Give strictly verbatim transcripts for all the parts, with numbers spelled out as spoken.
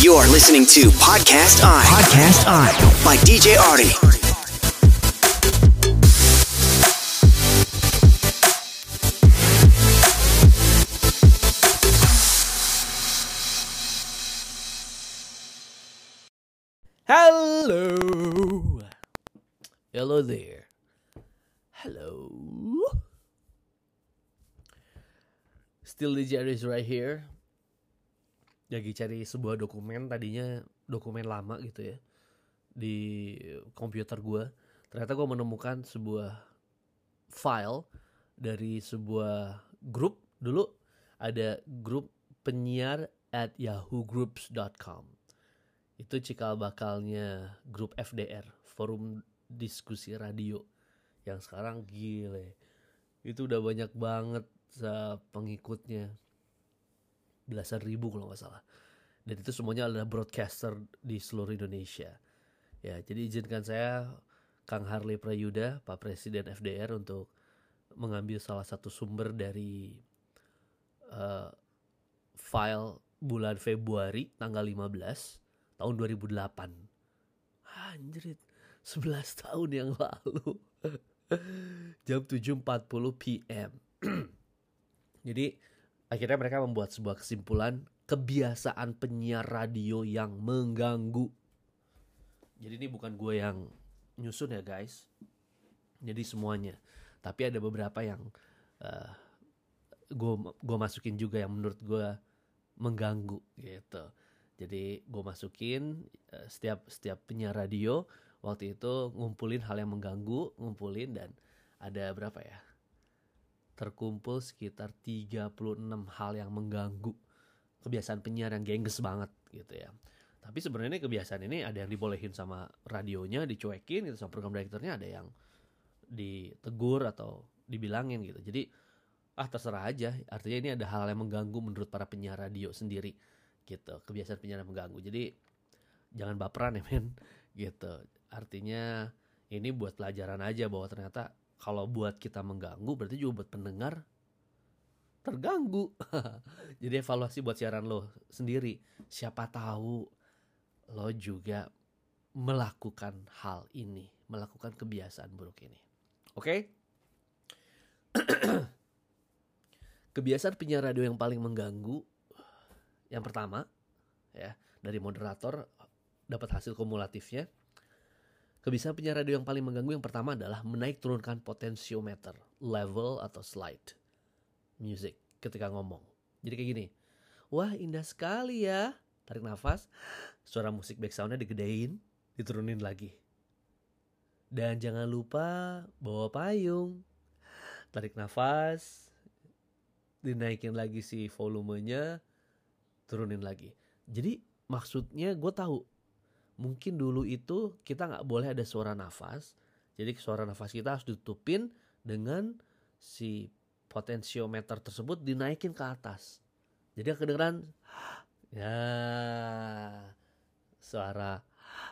You're listening to Podcast I. Podcast I by D J Artie. Hello. Hello there. Hello. Still D J Artie is right here. Lagi cari sebuah dokumen, tadinya dokumen lama gitu ya di komputer gue. Ternyata gue menemukan sebuah file dari sebuah grup. Dulu ada grup penyiar at yahoo groups dot com. Itu cikal bakalnya grup F D R, Forum Diskusi Radio, yang sekarang gile. Itu udah banyak banget uh, pengikutnya. Belasan ribu kalau nggak salah. Dan itu semuanya adalah broadcaster di seluruh Indonesia. Ya, jadi izinkan saya, Kang Harley Prayuda, Pak Presiden F D R, untuk mengambil salah satu sumber dari uh, file bulan Februari tanggal lima belas tahun dua ribu delapan. Anjrit, sebelas tahun yang lalu. Jam tujuh empat puluh p.m. Jadi akhirnya mereka membuat sebuah kesimpulan, kebiasaan penyiar radio yang mengganggu. Jadi ini bukan gue yang nyusun ya guys. Jadi semuanya. Tapi ada beberapa yang uh, gue gue masukin juga yang menurut gue mengganggu gitu. Jadi gue masukin uh, setiap setiap penyiar radio waktu itu ngumpulin hal yang mengganggu, ngumpulin, dan ada berapa ya? Terkumpul sekitar tiga puluh enam hal yang mengganggu kebiasaan penyiar yang gengges banget gitu ya. Tapi sebenarnya kebiasaan ini ada yang dibolehin sama radionya, dicuekin gitu, sama program direkturnya ada yang ditegur atau dibilangin gitu. Jadi ah terserah aja. Artinya ini ada hal yang mengganggu menurut para penyiar radio sendiri gitu. Kebiasaan penyiar yang mengganggu. Jadi jangan baperan ya men gitu. Artinya ini buat pelajaran aja bahwa ternyata kalau buat kita mengganggu, berarti juga buat pendengar terganggu. Jadi evaluasi buat siaran lo sendiri. Siapa tahu lo juga melakukan hal ini, melakukan kebiasaan buruk ini. Oke? Kebiasaan penyiar radio yang paling mengganggu, yang pertama, ya, dari moderator dapat hasil kumulatifnya. Kebiasaan penyiar radio yang paling mengganggu yang pertama adalah menaik turunkan potensiometer, level atau slide music ketika ngomong. Jadi kayak gini, wah indah sekali ya, tarik nafas, suara musik back soundnya digedein, diturunin lagi. Dan jangan lupa bawa payung, tarik nafas, dinaikin lagi si volumenya, turunin lagi. Jadi maksudnya gue tahu, mungkin dulu itu kita gak boleh ada suara nafas. Jadi suara nafas kita harus ditutupin dengan si potensiometer tersebut dinaikin ke atas. Jadi kedengeran ya suara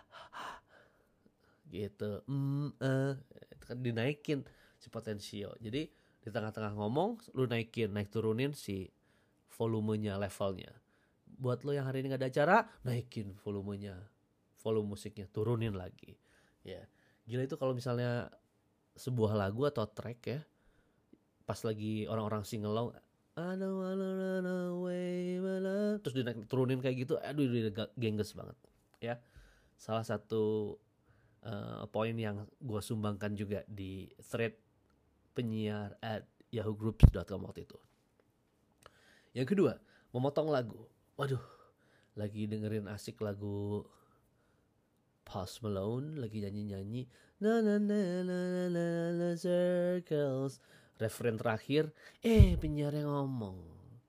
gitu. Mm, uh, itu kan dinaikin si potensio. Jadi di tengah-tengah ngomong lu naikin, naik turunin si volumenya, levelnya. Buat lo yang hari ini gak ada acara, naikin volumenya, volume musiknya, turunin lagi. Ya, gila itu kalau misalnya sebuah lagu atau track ya, pas lagi orang-orang sing along, I don't wanna run away, terus dinaik, turunin kayak gitu, aduh udah gengges banget. Ya, salah satu uh, poin yang gue sumbangkan juga di thread penyiar at yahoo groups dot com waktu itu. Yang kedua, memotong lagu. Waduh, lagi dengerin asik lagu Post Malone, lagi nyanyi-nyanyi na na na na na na, na circles, referen terakhir, eh penyiar yang ngomong.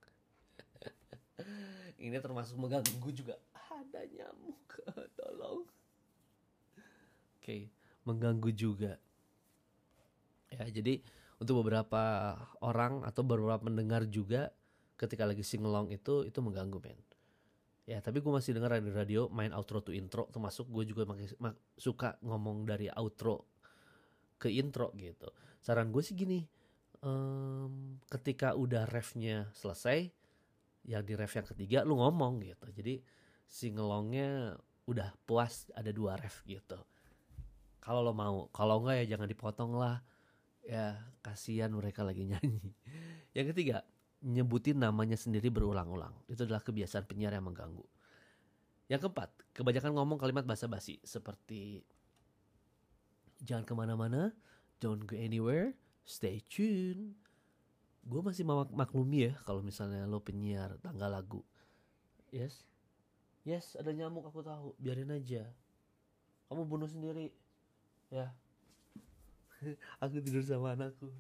Ini termasuk mengganggu juga. Ada nyamuk, tolong. Oke, okay, mengganggu juga. Ya, jadi untuk beberapa orang atau beberapa pendengar juga ketika lagi sing-along itu itu mengganggu men. Ya, tapi gue masih dengar radio-radio main outro to intro, termasuk gue juga mak- mak- suka ngomong dari outro ke intro gitu. Saran gue sih gini, um, ketika udah refnya selesai, yang di ref yang ketiga lu ngomong gitu. Jadi singelongnya udah puas ada dua ref gitu. Kalau lo mau, kalau enggak ya jangan dipotong lah. Ya kasihan mereka lagi nyanyi. Yang ketiga, nyebutin namanya sendiri berulang-ulang. Itu adalah kebiasaan penyiar yang mengganggu. Yang keempat, kebanyakan ngomong kalimat basa-basi seperti jangan kemana-mana, don't go anywhere, stay tuned. Gue masih mak- maklumi ya kalau misalnya lo penyiar tangga lagu. Yes, yes ada nyamuk aku tahu, biarin aja. Kamu bunuh sendiri, ya. Aku tidur sama anakku.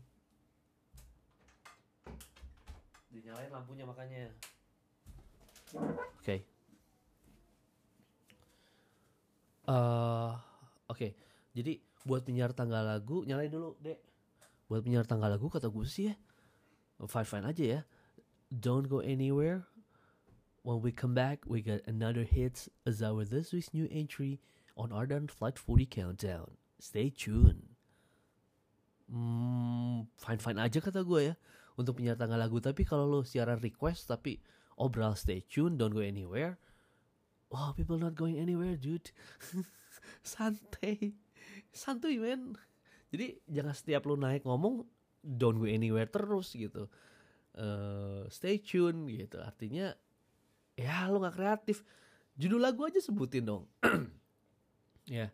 Dinyalain lampunya makanya. Oke. Okay. Uh, Oke, okay. Jadi buat penyiar tangga lagu nyalain dulu, Dek. Buat penyiar tangga lagu kata gue sih ya, fine fine aja ya. Don't go anywhere. When we come back, we got another hits as our this week's new entry on Ardan Flight forty Countdown. Stay tuned. Hmm, fine fine aja kata gue ya untuk penyiar tangga lagu. Tapi kalau lo siaran request tapi obral stay tuned, don't go anywhere. Wow, people not going anywhere, dude. Santai, santuy men. Jadi jangan setiap lo naik ngomong don't go anywhere terus gitu. Uh, stay tune gitu. Artinya ya lo nggak kreatif. Judul lagu aja sebutin dong. Ya.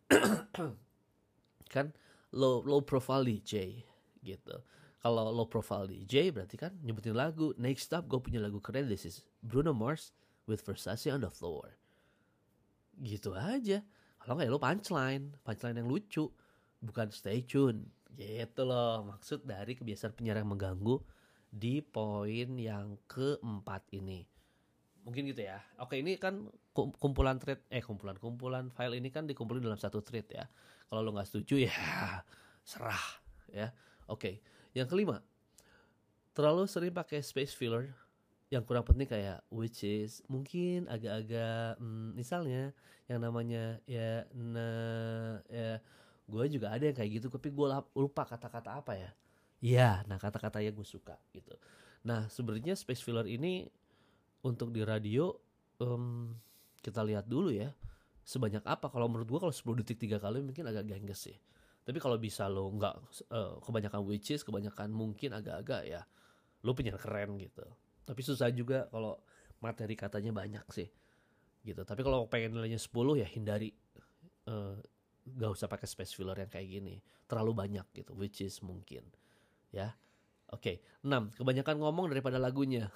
Kan low low profile D J gitu. Kalau low profile D J berarti kan nyebutin lagu. Next up gue punya lagu keren. This is Bruno Mars with Versace on the Floor. Gitu aja. Kalau nggak ya lo punchline, punchline yang lucu, bukan stay tune. Gitu loh maksud dari kebiasaan penyiar yang mengganggu di poin yang keempat ini. Mungkin gitu ya. Oke, ini kan kumpulan thread eh kumpulan kumpulan file ini kan dikumpulin dalam satu thread ya. Kalau lo nggak setuju ya serah ya. Oke, yang kelima, terlalu sering pakai space filler yang kurang penting kayak which is mungkin agak-agak hmm, misalnya yang namanya ya nah ya gue juga ada yang kayak gitu tapi gue lupa kata-kata apa ya. Ya, nah kata-kata yang gue suka gitu. Nah sebenarnya space filler ini untuk di radio um, kita lihat dulu ya sebanyak apa. Kalau menurut gue kalau sepuluh detik tiga kali mungkin agak gengges sih. Tapi kalau bisa lo nggak uh, kebanyakan which is kebanyakan mungkin agak-agak ya lo penyiar keren gitu. Tapi susah juga kalau materi katanya banyak sih gitu. Tapi kalau pengen nilainya sepuluh ya hindari uh, gak usah pakai space filler yang kayak gini. Terlalu banyak gitu which is mungkin ya. Oke, okay. enam, kebanyakan ngomong daripada lagunya.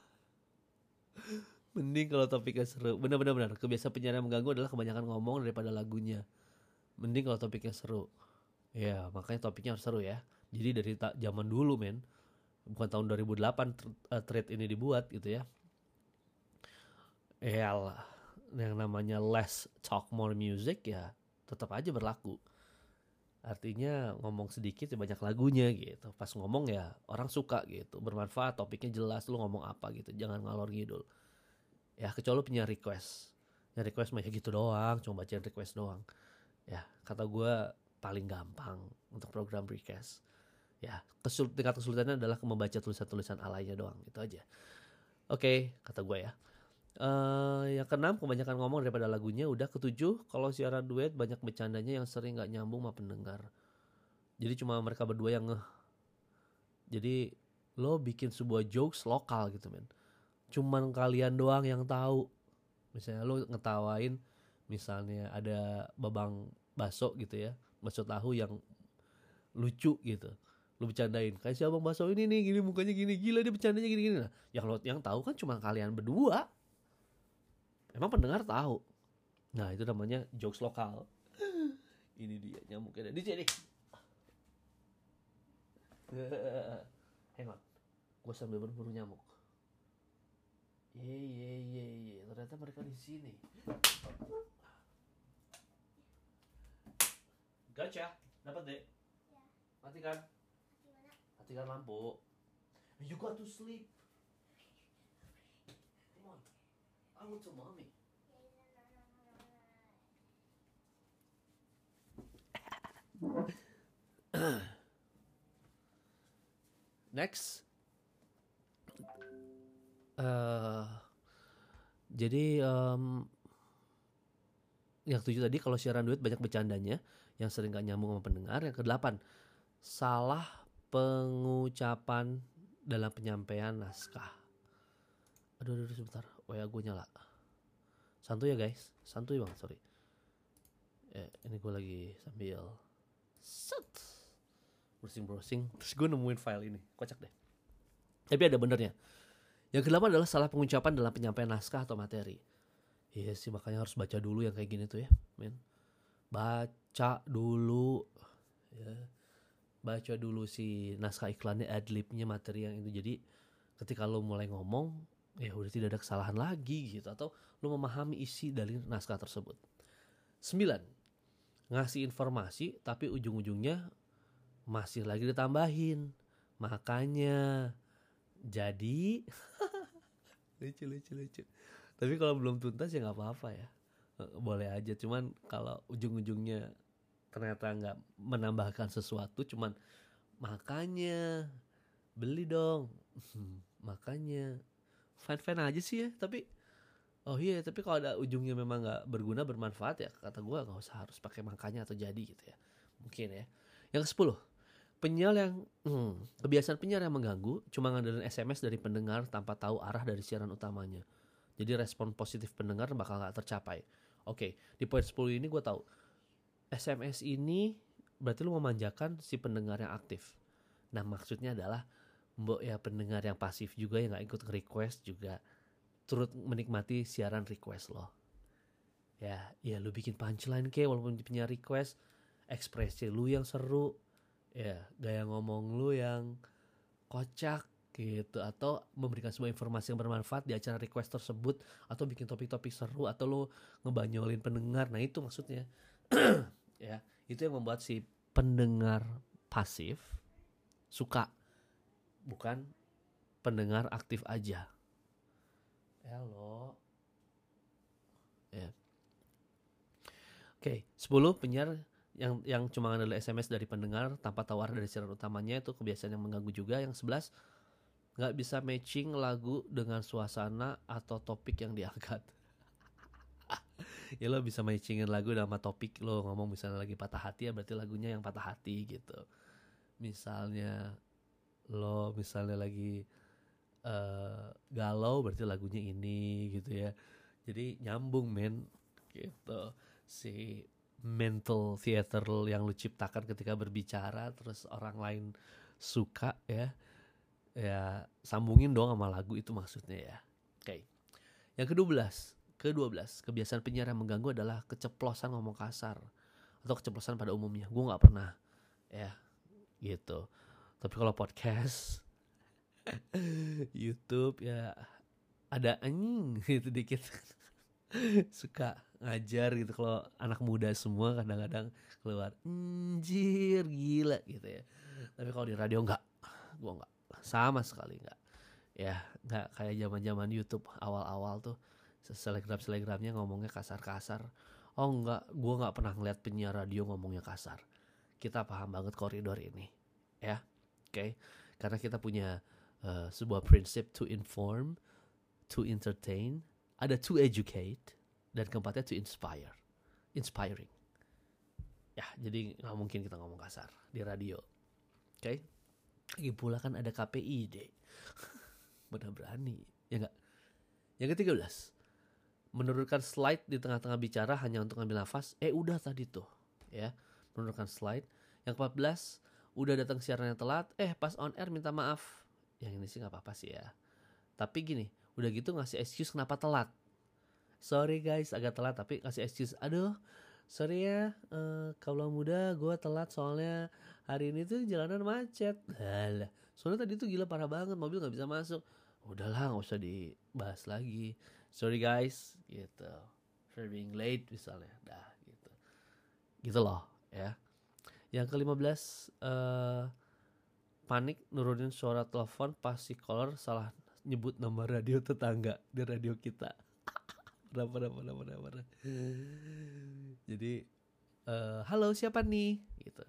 Mending kalau topiknya seru. Benar-benar benar. Kebiasaan penyiar yang mengganggu adalah kebanyakan ngomong daripada lagunya. Mending kalau topiknya seru. Ya, makanya topiknya harus seru ya. Jadi dari ta- zaman dulu men, bukan tahun dua ribu delapan uh, thread ini dibuat gitu ya. Yalah, yang namanya less talk more music ya tetap aja berlaku. Artinya ngomong sedikit ya banyak lagunya gitu. Pas ngomong ya orang suka gitu. Bermanfaat, topiknya jelas, lu ngomong apa gitu. Jangan ngalor ngidul. Ya kecuali lu punya request. Ya request mah ya gitu doang, cuma bacain request doang. Ya kata gue paling gampang untuk program request. Ya kesul- tingkat kesulitannya adalah membaca tulisan-tulisan alainya doang. Itu aja. Oke, kata gue ya. Uh, yang keenam, kebanyakan ngomong daripada lagunya. Udah. Ketujuh, kalau siaran duet banyak bercandanya yang sering gak nyambung sama pendengar. Jadi cuma mereka berdua yang ngeh. Jadi lo bikin sebuah jokes lokal gitu men, cuman kalian doang yang tahu. Misalnya lo ngetawain, misalnya ada babang baso gitu ya, baso tahu yang lucu gitu, lo bercandain kayak si abang baso ini nih gini mukanya gini, gila dia bercandanya gini-gini. Nah yang lo yang tahu kan cuma kalian berdua. Emang pendengar tahu. Nah itu namanya jokes lokal. Ini dia nyamuknya. D J nih. Hang on. Gue sambil berburu nyamuk. Ye ye ye ye. Ternyata mereka di sini. Gotcha. Dapat deh. Matikan. Matikan lampu. You got to sleep. Come on. I want to mommy. Next, uh, Jadi um, yang ketujuh tadi kalau siaran duet banyak bercandanya yang sering gak nyambung sama pendengar. Yang kedelapan, salah pengucapan dalam penyampaian naskah. Aduh, aduh, sebentar, W A gue nyala. Santuy ya guys, santuy bang, sorry. Eh, ini gue lagi sambil set browsing-browsing, terus gue nemuin file ini, kocak deh. Tapi ada benernya. Yang kedelapan adalah salah pengucapan dalam penyampaian naskah atau materi. Iya sih, makanya harus baca dulu yang kayak gini tuh ya, men. Baca dulu, ya. Baca dulu si naskah iklannya, adlibnya, materi yang itu. Jadi ketika lo mulai ngomong, ya udah tidak ada kesalahan lagi gitu. Atau lo memahami isi dari naskah tersebut. Sembilan, ngasih informasi tapi ujung-ujungnya masih lagi ditambahin. Makanya jadi lucu lucu lucu. Tapi kalau belum tuntas ya nggak apa-apa ya, boleh aja. Cuman kalau ujung-ujungnya ternyata nggak menambahkan sesuatu, cuman makanya beli dong, makanya fine-fine aja sih ya. Tapi oh iya, tapi kalau ada ujungnya memang nggak berguna bermanfaat ya kata gue nggak usah harus pakai makanya atau jadi gitu ya, mungkin ya. Yang kesepuluh, penyiar yang hmm, kebiasaan penyiar yang mengganggu cuma ngandelin S M S dari pendengar tanpa tahu arah dari siaran utamanya. Jadi respon positif pendengar bakal gak tercapai. Oke, di poin sepuluh ini gue tahu S M S ini berarti lu memanjakan si pendengar yang aktif. Nah maksudnya adalah mbok ya pendengar yang pasif juga yang gak ikut request juga turut menikmati siaran request lo. Ya, ya lu bikin punchline ke walaupun punya request, ekspresi lu yang seru, ya gaya ngomong lu yang kocak gitu, atau memberikan sebuah informasi yang bermanfaat di acara request tersebut, atau bikin topik-topik seru, atau lo ngebanyolin pendengar. Nah itu maksudnya. Ya, itu yang membuat si pendengar pasif suka, bukan pendengar aktif aja. Halo. Ya. Oke, sepuluh, penyiar yang yang cuma ngandalin S M S dari pendengar tanpa tahu arah dari siaran utamanya, itu kebiasaan yang mengganggu juga. Yang sebelas, nggak bisa matching lagu dengan suasana atau topik yang diangkat. Ya lo bisa matchingin lagu sama topik. Lo ngomong misalnya lagi patah hati, ya berarti lagunya yang patah hati gitu. Misalnya lo misalnya lagi uh, galau, berarti lagunya ini gitu ya. Jadi nyambung men gitu. Si mental theater yang lo ciptakan ketika berbicara terus orang lain suka ya, ya sambungin dong sama lagu itu maksudnya ya. Oke. Okay. Yang kedua belas, kedua belas, kebiasaan penyiar yang mengganggu adalah keceplosan ngomong kasar atau keceplosan pada umumnya. Gue nggak pernah ya gitu. Tapi kalau podcast, YouTube ya ada anjing gitu dikit. Suka ngajar gitu. Kalau anak muda semua kadang-kadang keluar anjir gila gitu ya. Tapi kalau di radio enggak, gue enggak, sama sekali enggak. Ya enggak kayak zaman-zaman YouTube awal-awal tuh selegram-selegramnya ngomongnya kasar-kasar. Oh enggak, gue enggak pernah ngeliat penyiar radio ngomongnya kasar. Kita paham banget koridor ini ya. Oke, okay? Karena kita punya uh, sebuah prinsip to inform, to entertain, ada to educate, dan keempatnya to inspire, inspiring. Ya, jadi nggak mungkin kita ngomong kasar di radio, oke? Okay? Lagi pula kan ada K P I D, benar berani, ya nggak? Yang ketiga belas, menurunkan slide di tengah-tengah bicara hanya untuk ngambil nafas. Eh udah tadi tuh, ya, menurunkan slide. Yang keempat belas, udah datang siarannya telat, eh pas on air minta maaf. Yang ini sih nggak apa-apa sih ya. Tapi gini, udah gitu ngasih excuse kenapa telat. Sorry guys agak telat, tapi ngasih excuse. Aduh sorry ya uh, kaulah muda, gue telat soalnya hari ini tuh jalanan macet. Alah, soalnya tadi tuh gila parah banget, mobil gak bisa masuk. Udahlah gak usah dibahas lagi. Sorry guys gitu, for being late misalnya. Dah gitu. Gitu loh ya. Yang ke lima belas, uh, panik nurunin suara telepon pas si caller salah nyebut nama radio tetangga di radio kita. Pernah, pernah, pernah, pernah, pernah. Jadi, uh, halo siapa nih? Gitu.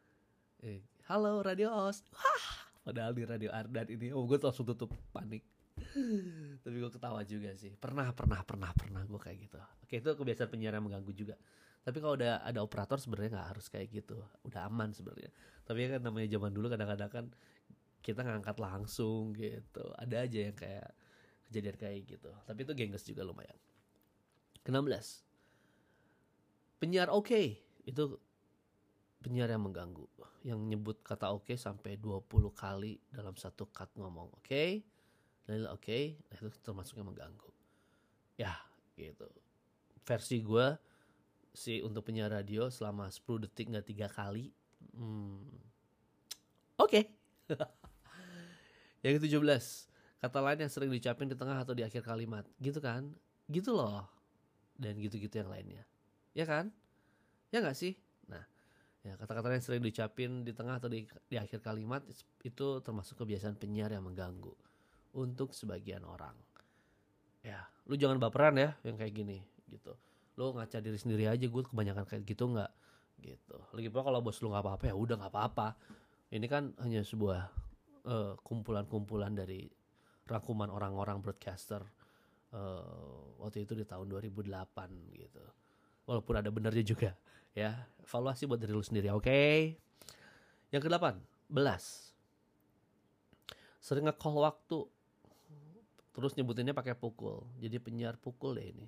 Eh, halo Radio Os. Wah, padahal di Radio Ardan ini, oh gue langsung tutup, panik. Tapi gue ketawa juga sih. Pernah, pernah, pernah, pernah gue kayak gitu. Oke, itu kebiasaan penyiar yang mengganggu juga. Tapi kalau udah ada operator sebenarnya nggak harus kayak gitu. Udah aman sebenarnya. Tapi kan namanya zaman dulu kadang-kadang kan kita ngangkat langsung gitu. Ada aja yang kayak kejadian kayak gitu. Tapi itu gengges juga lumayan. Keenam belas. Penyiar oke. Okay. Itu penyiar yang mengganggu. Yang nyebut kata oke okay sampai dua puluh kali dalam satu cut ngomong. Oke. Okay? Lalu oke, okay, nah itu termasuknya mengganggu. Ya, gitu. Versi gue sih untuk penyiar radio selama sepuluh detik nggak tiga kali. Hmm. Oke. Okay. Yang ketujuh belas, kata lain yang sering diucapin di tengah atau di akhir kalimat. Gitu kan? Gitu loh. Dan gitu-gitu yang lainnya. Ya kan? Ya nggak sih? Nah, ya kata-kata yang sering diucapin di tengah atau di, di akhir kalimat itu termasuk kebiasaan penyiar yang mengganggu. Untuk sebagian orang. Ya, lu jangan baperan ya yang kayak gini gitu. Lu ngaca diri sendiri aja, gue kebanyakan kayak gitu enggak gitu. Lagi pula kalau bos lu enggak apa-apa ya udah enggak apa-apa. Ini kan hanya sebuah uh, kumpulan-kumpulan dari rangkuman orang-orang broadcaster uh, waktu itu di tahun dua ribu delapan gitu. Walaupun ada benernya juga ya. Evaluasi buat diri lu sendiri, oke? Okay? Yang kedelapan belas. Sering nge-call waktu. Terus nyebutinnya pakai pukul. Jadi penyiar pukul deh ini.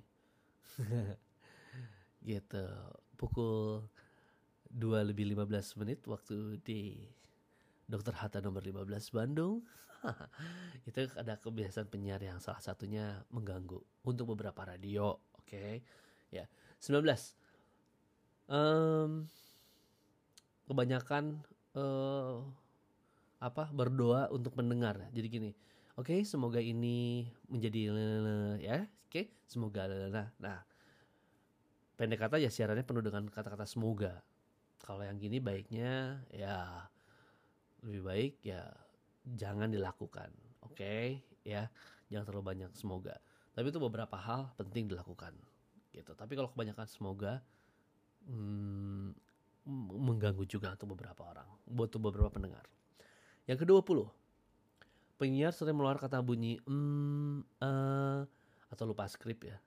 Gitu. Pukul dua lebih lima belas menit waktu di Dokter Hatta nomor lima belas Bandung. Itu ada kebiasaan penyiar yang salah satunya mengganggu untuk beberapa radio, oke. Okay? Ya, sembilan belas. Um, kebanyakan uh, apa? berdoa untuk mendengar. Jadi gini, oke, okay, semoga ini menjadi ya, oke, okay, semoga nah, nah, pendek kata ya siarannya penuh dengan kata-kata semoga. Kalau yang gini baiknya ya lebih baik ya jangan dilakukan, oke, okay? Ya, jangan terlalu banyak semoga. Tapi itu beberapa hal penting dilakukan, gitu. Tapi kalau kebanyakan semoga hmm, mengganggu juga untuk beberapa orang, buat beberapa pendengar. Yang kedua puluh. Penyiar sering mengeluarkan kata bunyi mm, uh, atau lupa skrip ya.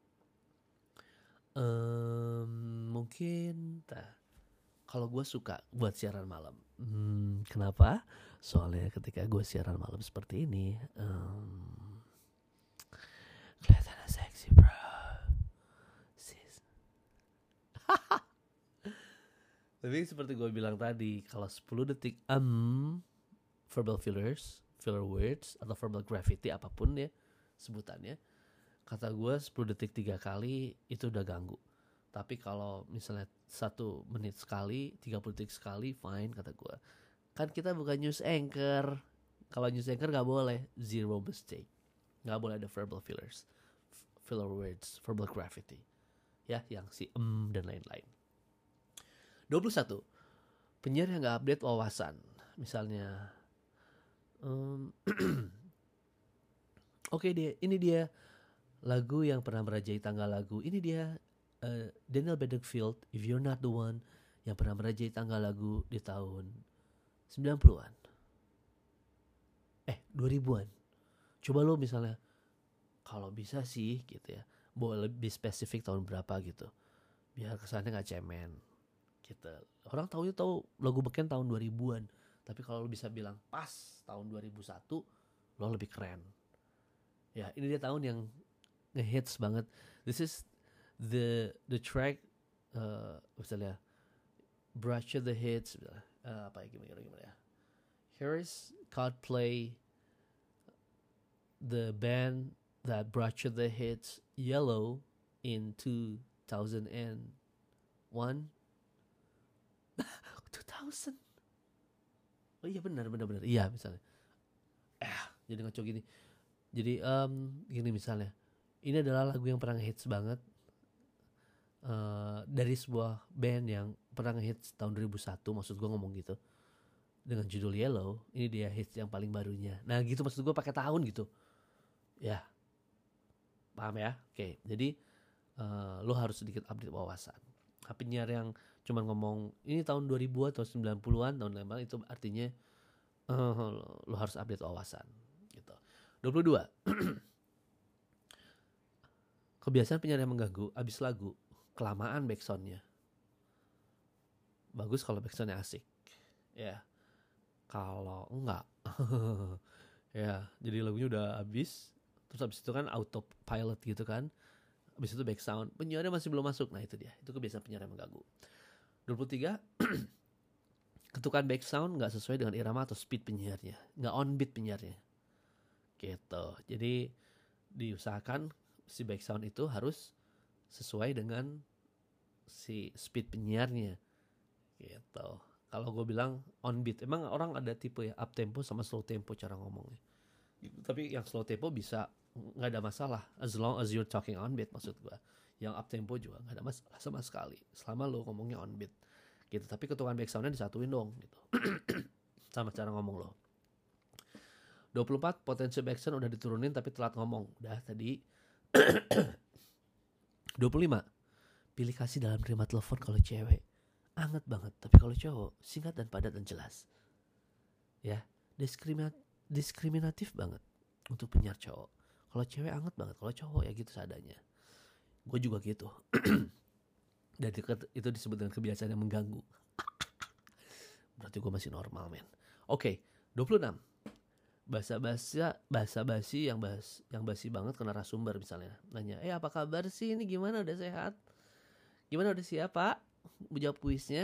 Um, mungkin tah. Kalau gue suka buat siaran malam. Hmm, kenapa? Soalnya ketika gue siaran malam seperti ini, um, kelihatannya seksi bro. Sis. Tapi seperti gue bilang tadi, kalau sepuluh detik um, verbal fillers, filler words atau verbal graffiti apapun ya sebutannya, kata gue sepuluh detik tiga kali itu udah ganggu. Tapi kalau misalnya satu menit sekali, tiga puluh detik sekali, fine kata gue. Kan kita bukan news anchor. Kalau news anchor gak boleh, zero mistake. Gak boleh ada verbal fillers, filler words, verbal graffiti. Ya, yang si em dan lain-lain. dua puluh satu. Penyiar yang gak update wawasan. Misalnya, Um, Oke okay dia, ini dia lagu yang pernah merajai tangga lagu. Ini dia uh, Daniel Bedingfield, If You're Not The One, yang pernah merajai tangga lagu di tahun sembilan puluhan. Eh, dua ribuan. Coba lo misalnya, kalau bisa sih gitu ya, boleh lebih spesifik tahun berapa gitu. Biar kesannya gak cemen gitu. Orang taunya tahu lagu beken tahun dua ribuan. Tapi kalau lo bisa bilang pas tahun dua ribu satu, lo lebih keren. Ya, ini dia tahun yang ngehits banget. This is the the track uh, misalnya Brush the Hits uh, apa ya gimana gimana ya. Here is Coldplay, the band that brought you the hits Yellow in two thousand one. two thousand. Oh iya benar benar benar. Iya misalnya. Eh, jadi ngaco gini. Jadi um, gini misalnya. Ini adalah lagu yang pernah ngehits banget uh, dari sebuah band yang pernah ngehits tahun dua ribu satu, maksud gue ngomong gitu. Dengan judul Yellow, ini dia hits yang paling barunya. Nah, gitu maksud gue pakai tahun gitu. Ya. Paham ya? Oke. Jadi uh, lo harus sedikit update wawasan. Penyiar yang cuman ngomong ini tahun dua ribuan atau sembilan puluhan tahun lama itu artinya uh, lo harus update wawasan gitu. dua puluh dua. Kebiasaan penyiar yang mengganggu abis lagu, kelamaan backsoundnya. Bagus kalau backsoundnya asik. Ya. Kalau enggak. Ya, jadi lagunya udah habis. Terus habis itu kan autopilot gitu kan. Habis itu backsound, penyiarnya masih belum masuk. Nah itu dia, itu kebiasaan penyiar yang mengganggu. dua puluh tiga. Ketukan backsound gak sesuai dengan irama atau speed penyiarnya, gak on beat penyiarnya gitu. Jadi diusahakan si backsound itu harus sesuai dengan si speed penyiarnya gitu. Kalau gue bilang on beat, emang orang ada tipe ya up tempo sama slow tempo cara ngomongnya gitu. Tapi yang slow tempo bisa nggak ada masalah as long as you're talking on beat, maksud gue. Yang up tempo juga nggak ada masalah sama sekali selama lo ngomongnya on beat gitu. Tapi ketukan backsoundnya disatuin dong gitu sama cara ngomong lo. dua puluh empat. Potensi backsound udah diturunin tapi telat ngomong, udah tadi. dua puluh lima. Pilih kasih dalam terima telepon kalau cewek anget banget, tapi kalau cowok singkat dan padat dan jelas. Ya, diskriminat diskriminatif banget untuk penyiar cowok. Kalau cewek anget banget, kalau cowok ya gitu seadanya. Gue juga gitu. Dan itu disebut dengan kebiasaan yang mengganggu. Berarti gue masih normal, men. Oke, okay, dua puluh enam. Basa-basi basa-basi yang bas yang basi banget ke narasumber misalnya. Nanya, "Eh, apa kabar sih? Ini gimana, udah sehat? Gimana, udah siap, Pak? Jawab kuisnya."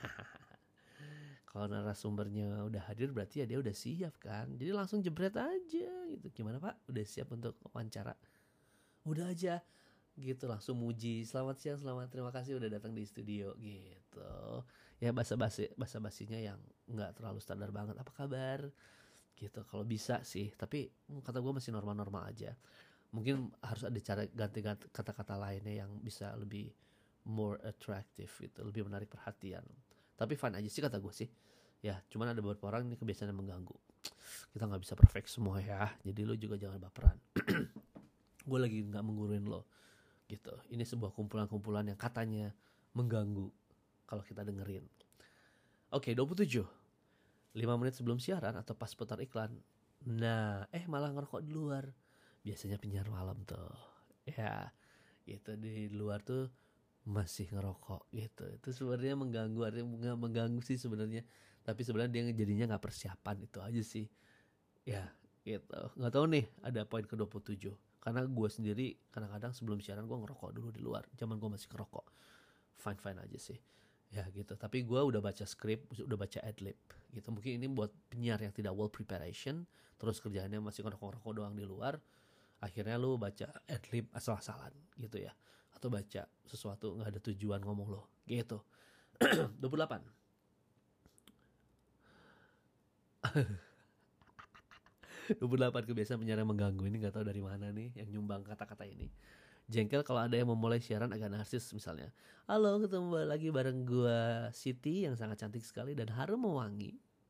Kalau narasumbernya udah hadir berarti ya dia udah siap kan. Jadi langsung jebret aja gitu. "Gimana, Pak? Udah siap untuk wawancara?" Udah aja gitu, langsung muji. "Selamat siang, selamat, terima kasih udah datang di studio." Gitu. Ya basa-basi basa-basinya yang enggak terlalu standar banget. "Apa kabar?" Gitu. Kalau bisa sih, tapi kata gue masih normal-normal aja. Mungkin harus ada cara ganti-ganti kata-kata lainnya yang bisa lebih more attractive gitu, lebih menarik perhatian. Tapi fine aja sih kata gue sih. Ya, cuman ada beberapa orang ini kebiasaan yang mengganggu. Kita nggak bisa perfect semua ya. Jadi lo juga jangan baperan. Gue lagi nggak mengguruin lo gitu. Ini sebuah kumpulan-kumpulan yang katanya mengganggu kalau kita dengerin. Oke, dua puluh tujuh. lima menit sebelum siaran atau pas putar iklan. Nah, eh malah ngerokok di luar. Biasanya penyiar malam tuh. Ya, gitu di luar tuh masih ngerokok gitu. Itu sebenarnya mengganggu, artinya nggak mengganggu sih sebenarnya. Tapi sebenarnya dia jadinya nggak persiapan, itu aja sih. Ya, gitu. Nggak tahu nih ada poin ke dua puluh tujuh. Karena gue sendiri kadang-kadang sebelum siaran gue ngerokok dulu di luar. Zaman gue masih ngerokok. Fine-fine aja sih. Ya gitu. Tapi gue udah baca skrip, udah baca adlib gitu. Mungkin ini buat penyiar yang tidak well preparation, terus kerjaannya masih ngerokok-ngerokok doang di luar. Akhirnya lu baca adlib asal-asalan gitu ya. Atau baca sesuatu gak ada tujuan ngomong lo gitu. dua puluh delapan. dua puluh delapan kebiasaan penyiar yang mengganggu. Ini gak tahu dari mana nih yang nyumbang kata-kata ini. Jengkel kalau ada yang memulai siaran agak narsis misalnya. "Halo, ketemu lagi bareng gua Siti yang sangat cantik sekali dan harum mewangi."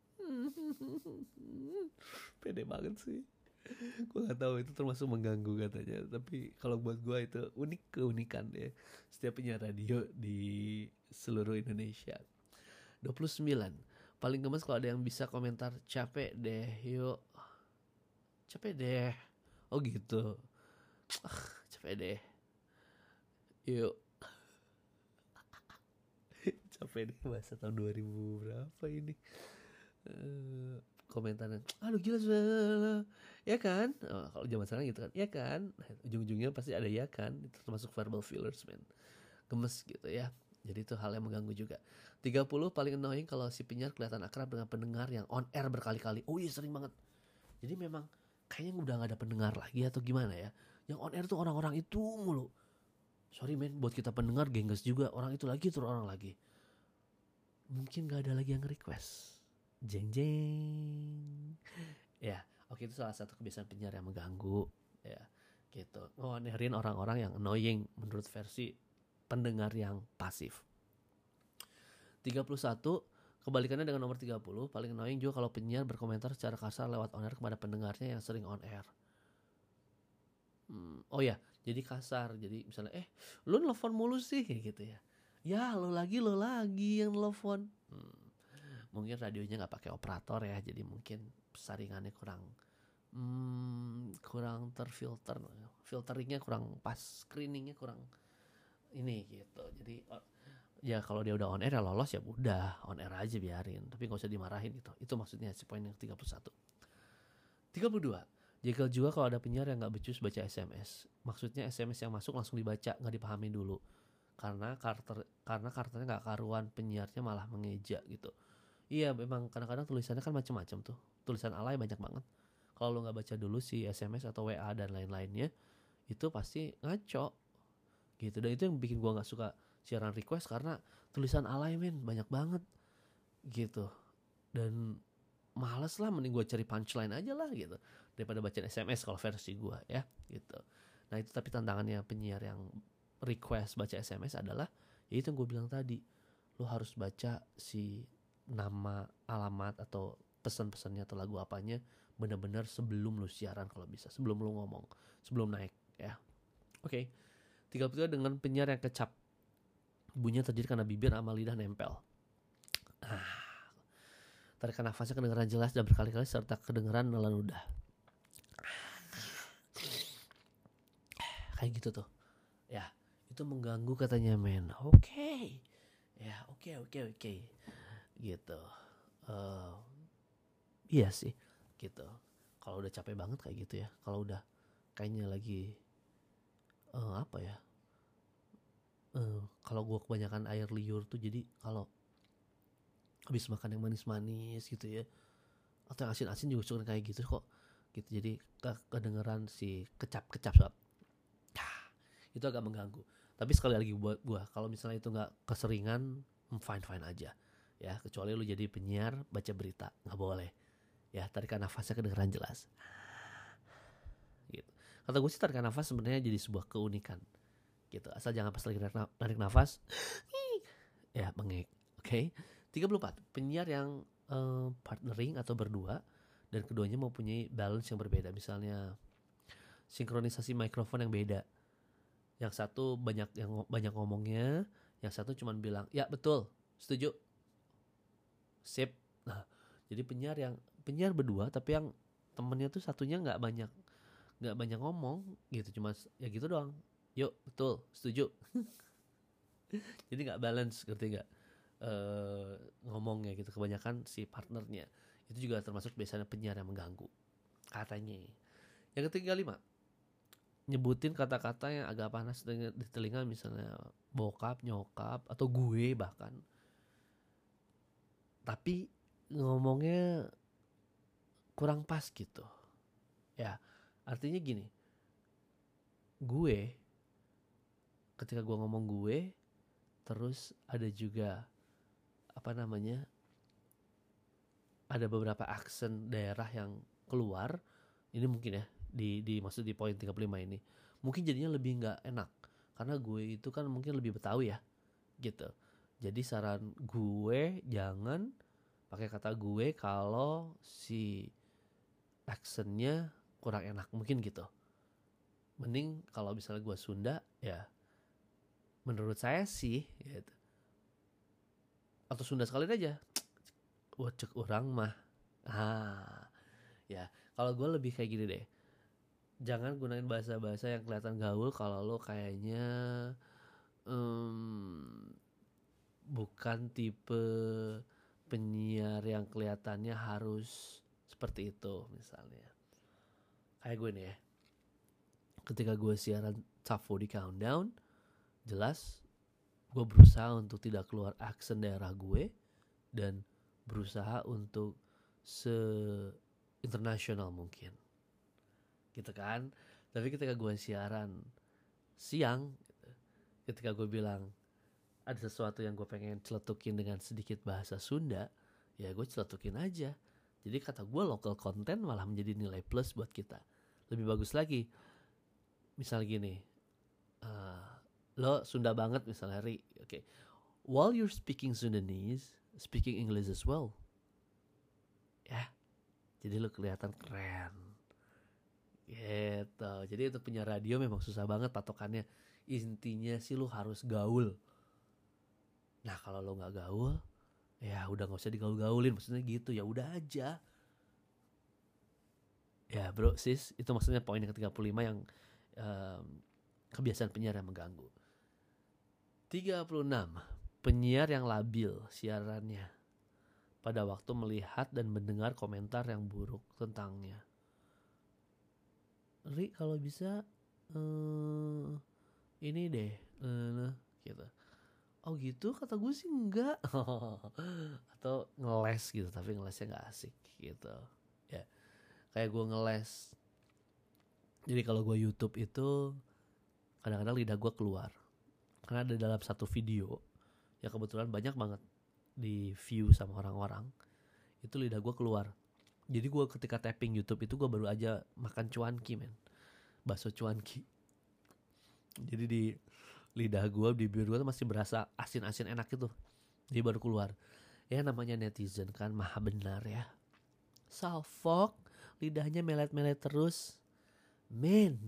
Pede banget sih. Gue gak tahu itu termasuk mengganggu katanya. Tapi kalau buat gue itu unik keunikan ya. Setiap penyiar radio di seluruh Indonesia. dua puluh sembilan. Paling gemes kalau ada yang bisa komentar "Capek deh, yuk." Capek deh. Oh gitu. Capek deh. Yuk. Capek deh bahasa tahun dua ribu berapa ini. Uh, komentarnya, "Aduh gila sudah." Ya kan? Oh, kalau zaman sekarang gitu kan. Ya kan? Ujung-ujungnya pasti ada ya kan. Itu termasuk verbal fillers, man. Gemes gitu ya. Jadi itu hal yang mengganggu juga. tiga puluh. Paling annoying kalau si penyiar kelihatan akrab dengan pendengar yang on air berkali-kali. Oh iya, sering banget. Jadi memang kayaknya udah gak ada pendengar lagi atau gimana ya. Yang on air tuh orang-orang itu mulu. Sorry men, buat kita pendengar gengges juga. Orang itu lagi terus orang lagi. Mungkin gak ada lagi yang request. Jeng jeng. Ya, oke, itu salah satu kebiasaan penyiar yang mengganggu. Ya, gitu. Nge-on-airin orang-orang yang annoying menurut versi pendengar yang pasif. tiga puluh satu. Kebalikannya dengan nomor tiga puluh. Paling annoying juga kalau penyiar berkomentar secara kasar lewat on air kepada pendengarnya yang sering on air. Hmm, oh ya, jadi kasar. Jadi misalnya, "Eh, lu nelfon mulu sih," gitu ya. "Ya, lo lagi, lo lagi yang nelfon." Hmm, mungkin radionya nggak pakai operator ya, jadi mungkin saringannya kurang hmm, kurang terfilter, filteringnya kurang pas, screeningnya kurang ini gitu. Jadi uh, ya kalau dia udah on air ya lolos ya udah on air aja biarin, tapi nggak usah dimarahin gitu. Itu maksudnya si poin yang tiga puluh satu. tiga puluh dua. Jegal juga kalau ada penyiar yang nggak becus baca S M S. Maksudnya S M S yang masuk langsung dibaca, nggak dipahami dulu. Karena karakter karena karakternya nggak karuan, penyiarnya malah mengeja gitu. Iya memang kadang-kadang tulisannya kan macam-macam tuh. Tulisan alay banyak banget. Kalau lo nggak baca dulu si S M S atau W A dan lain-lainnya, itu pasti ngaco gitu. Dan itu yang bikin gua nggak suka siaran request, karena tulisan alay men banyak banget gitu. Dan males lah, mending gue cari punchline aja lah gitu daripada baca S M S kalau versi gue ya gitu. Nah itu tapi tantangannya penyiar yang request baca S M S adalah ya itu yang gue bilang tadi, lo harus baca si nama, alamat atau pesan-pesannya atau lagu apanya benar-benar sebelum lo siaran kalau bisa, sebelum lo ngomong, sebelum naik ya. Oke. Okay. tiga puluh tiga dengan penyiar yang kecap, bunyinya terjadi karena bibir sama lidah nempel. Ah, tarikan nafasnya kedengaran jelas dan berkali-kali serta kedengaran nelan ludah. Kayak gitu tuh. Ya, itu mengganggu katanya men. Oke. Okay. Ya, oke okay, oke okay, oke. Okay. Gitu. Uh, iya sih, gitu. Kalau udah capek banget kayak gitu ya. Kalau udah kayaknya lagi uh, apa ya? Uh, kalau gue kebanyakan air liur tuh, jadi kalau habis makan yang manis-manis gitu ya, atau yang asin-asin juga suka kayak gitu kok gitu. Jadi kedengeran si kecap-kecap soal itu agak mengganggu. Tapi sekali lagi buat gua, kalau misalnya itu nggak keseringan, fine-fine aja ya. Kecuali lu jadi penyiar baca berita, nggak boleh ya. Tarikan nafasnya kedengeran jelas gitu. Kata gue sih tarikan nafas sebenarnya jadi sebuah keunikan gitu, asal jangan pas lagi narik nafas ya bengek. Oke. Okay? tiga puluh empat. Penyiar yang uh, partnering atau berdua dan keduanya mempunyai balance yang berbeda. Misalnya sinkronisasi mikrofon yang beda. Yang satu banyak yang banyak ngomongnya, yang satu cuma bilang, "Ya, betul. Setuju." Sip. Nah, jadi penyiar yang penyiar berdua tapi yang temennya tuh satunya enggak banyak enggak banyak ngomong gitu, cuma ya gitu doang. "Yuk, betul. Setuju." Jadi enggak balance, ngerti enggak? Uh, ngomongnya gitu, kebanyakan si partnernya. Itu juga termasuk biasanya penyiar yang mengganggu katanya. Yang ketiga lima, nyebutin kata-kata yang agak panas di telinga, misalnya bokap, nyokap, atau gue bahkan, tapi ngomongnya kurang pas gitu ya. Artinya gini, gue ketika gue ngomong gue, terus ada juga apa namanya, ada beberapa aksen daerah yang keluar. Ini mungkin ya di di maksud di poin tiga puluh lima ini mungkin jadinya lebih nggak enak, karena gue itu kan mungkin lebih Betawi ya gitu. Jadi saran gue jangan pakai kata gue kalau si aksennya kurang enak mungkin gitu. Mending kalau misalnya gue Sunda ya, menurut saya sih gitu, atau Sunda sekalian aja, wacek orang mah. Ah, ya kalau gue lebih kayak gini deh, jangan gunain bahasa-bahasa yang kelihatan gaul kalau lo kayaknya um, bukan tipe penyiar yang kelihatannya harus seperti itu. Misalnya kayak gue nih ya, ketika gue siaran Top empat puluh Countdown, jelas gue berusaha untuk tidak keluar aksen daerah gue dan berusaha untuk se-internasional mungkin gitu kan. Tapi ketika gue siaran siang gitu, ketika gue bilang ada sesuatu yang gue pengen celetukin dengan sedikit bahasa Sunda, ya gue celetukin aja. Jadi kata gue local content malah menjadi nilai plus buat kita. Lebih bagus lagi, misal gini, uh, lo Sunda banget misalnya Ri, oke, okay. While you're speaking Sundanese, speaking English as well, ya, jadi lo kelihatan keren, gitu. Jadi untuk punya radio memang susah banget patokannya. Intinya sih lo harus gaul. Nah kalau lo nggak gaul, ya udah nggak usah digaul-gaulin, maksudnya gitu. Ya udah aja. Ya bro sis, itu maksudnya poin yang ke tiga puluh lima yang um, kebiasaan penyiar yang mengganggu. Tiga puluh enam, penyiar yang labil siarannya pada waktu melihat dan mendengar komentar yang buruk tentangnya. Ri kalau bisa uh, ini deh uh, gitu. Oh gitu, kata gue sih enggak. Atau ngeles gitu, tapi ngelesnya gak asik gitu. Ya, kayak gue ngeles. Jadi kalau gue YouTube itu kadang-kadang lidah gue keluar. Karena ada dalam satu video yang kebetulan banyak banget di view sama orang-orang, itu lidah gue keluar. Jadi gue ketika tapping YouTube itu gue baru aja makan cuanki men, bakso cuanki. Jadi di lidah gue, di bibir gue tuh masih berasa asin-asin enak gitu. Jadi baru keluar. Ya namanya netizen kan maha benar ya. Salfok, lidahnya melet-melet terus. Men.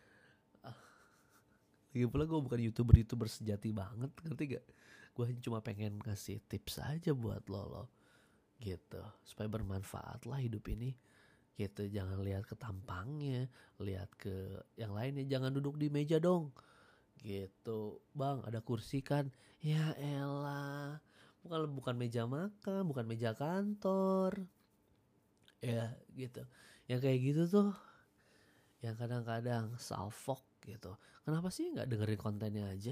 Lagi pula gue bukan youtuber-youtuber sejati banget, ngerti gak? Gue cuma pengen ngasih tips aja buat lo lo. Gitu. Supaya bermanfaat lah hidup ini. Gitu, jangan lihat ke tampangnya, lihat ke yang lainnya. Jangan duduk di meja dong. Gitu, bang ada kursi kan? Ya elah, bukan bukan meja makan, bukan meja kantor. Ya gitu, yang kayak gitu tuh, yang kadang-kadang salfok gitu. Kenapa sih nggak dengerin kontennya aja?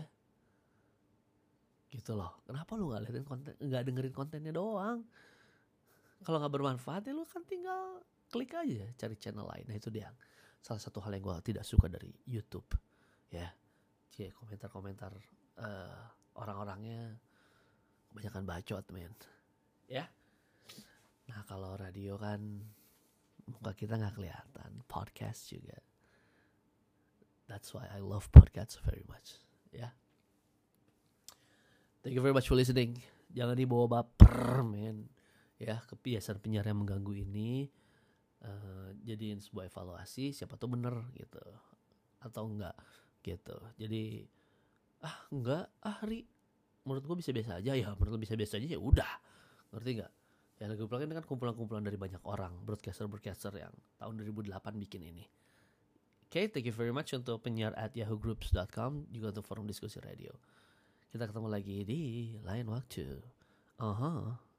Gitu loh. Kenapa lu nggak liatin konten, nggak dengerin kontennya doang? Kalau nggak bermanfaat ya lu kan tinggal klik aja cari channel lain. Nah itu dia salah satu hal yang gue tidak suka dari YouTube ya. Cie, komentar-komentar uh, orang-orangnya kebanyakan bacot men. Ya. Nah kalau radio kan muka kita gak kelihatan. Podcast juga. That's why I love podcast very much. Ya. Thank you very much for listening. Jangan dibawa baper men. Ya, kebiasaan penyiar yang mengganggu ini uh, jadiin sebuah evaluasi. Siapa tuh bener gitu atau enggak gitu. Jadi ah enggak, ah Ri menurut gue bisa-biasa aja. Ya menurut gue bisa-biasa aja ya udah, ngerti gak? Ya Lagu Plugin ini kan kumpulan-kumpulan dari banyak orang, broadcaster-broadcaster yang tahun dua ribu delapan bikin ini. Oke, okay, thank you very much untuk penyiar at yahoo groups dot com, juga untuk forum diskusi radio. Kita ketemu lagi di lain waktu. Aha. Uh-huh.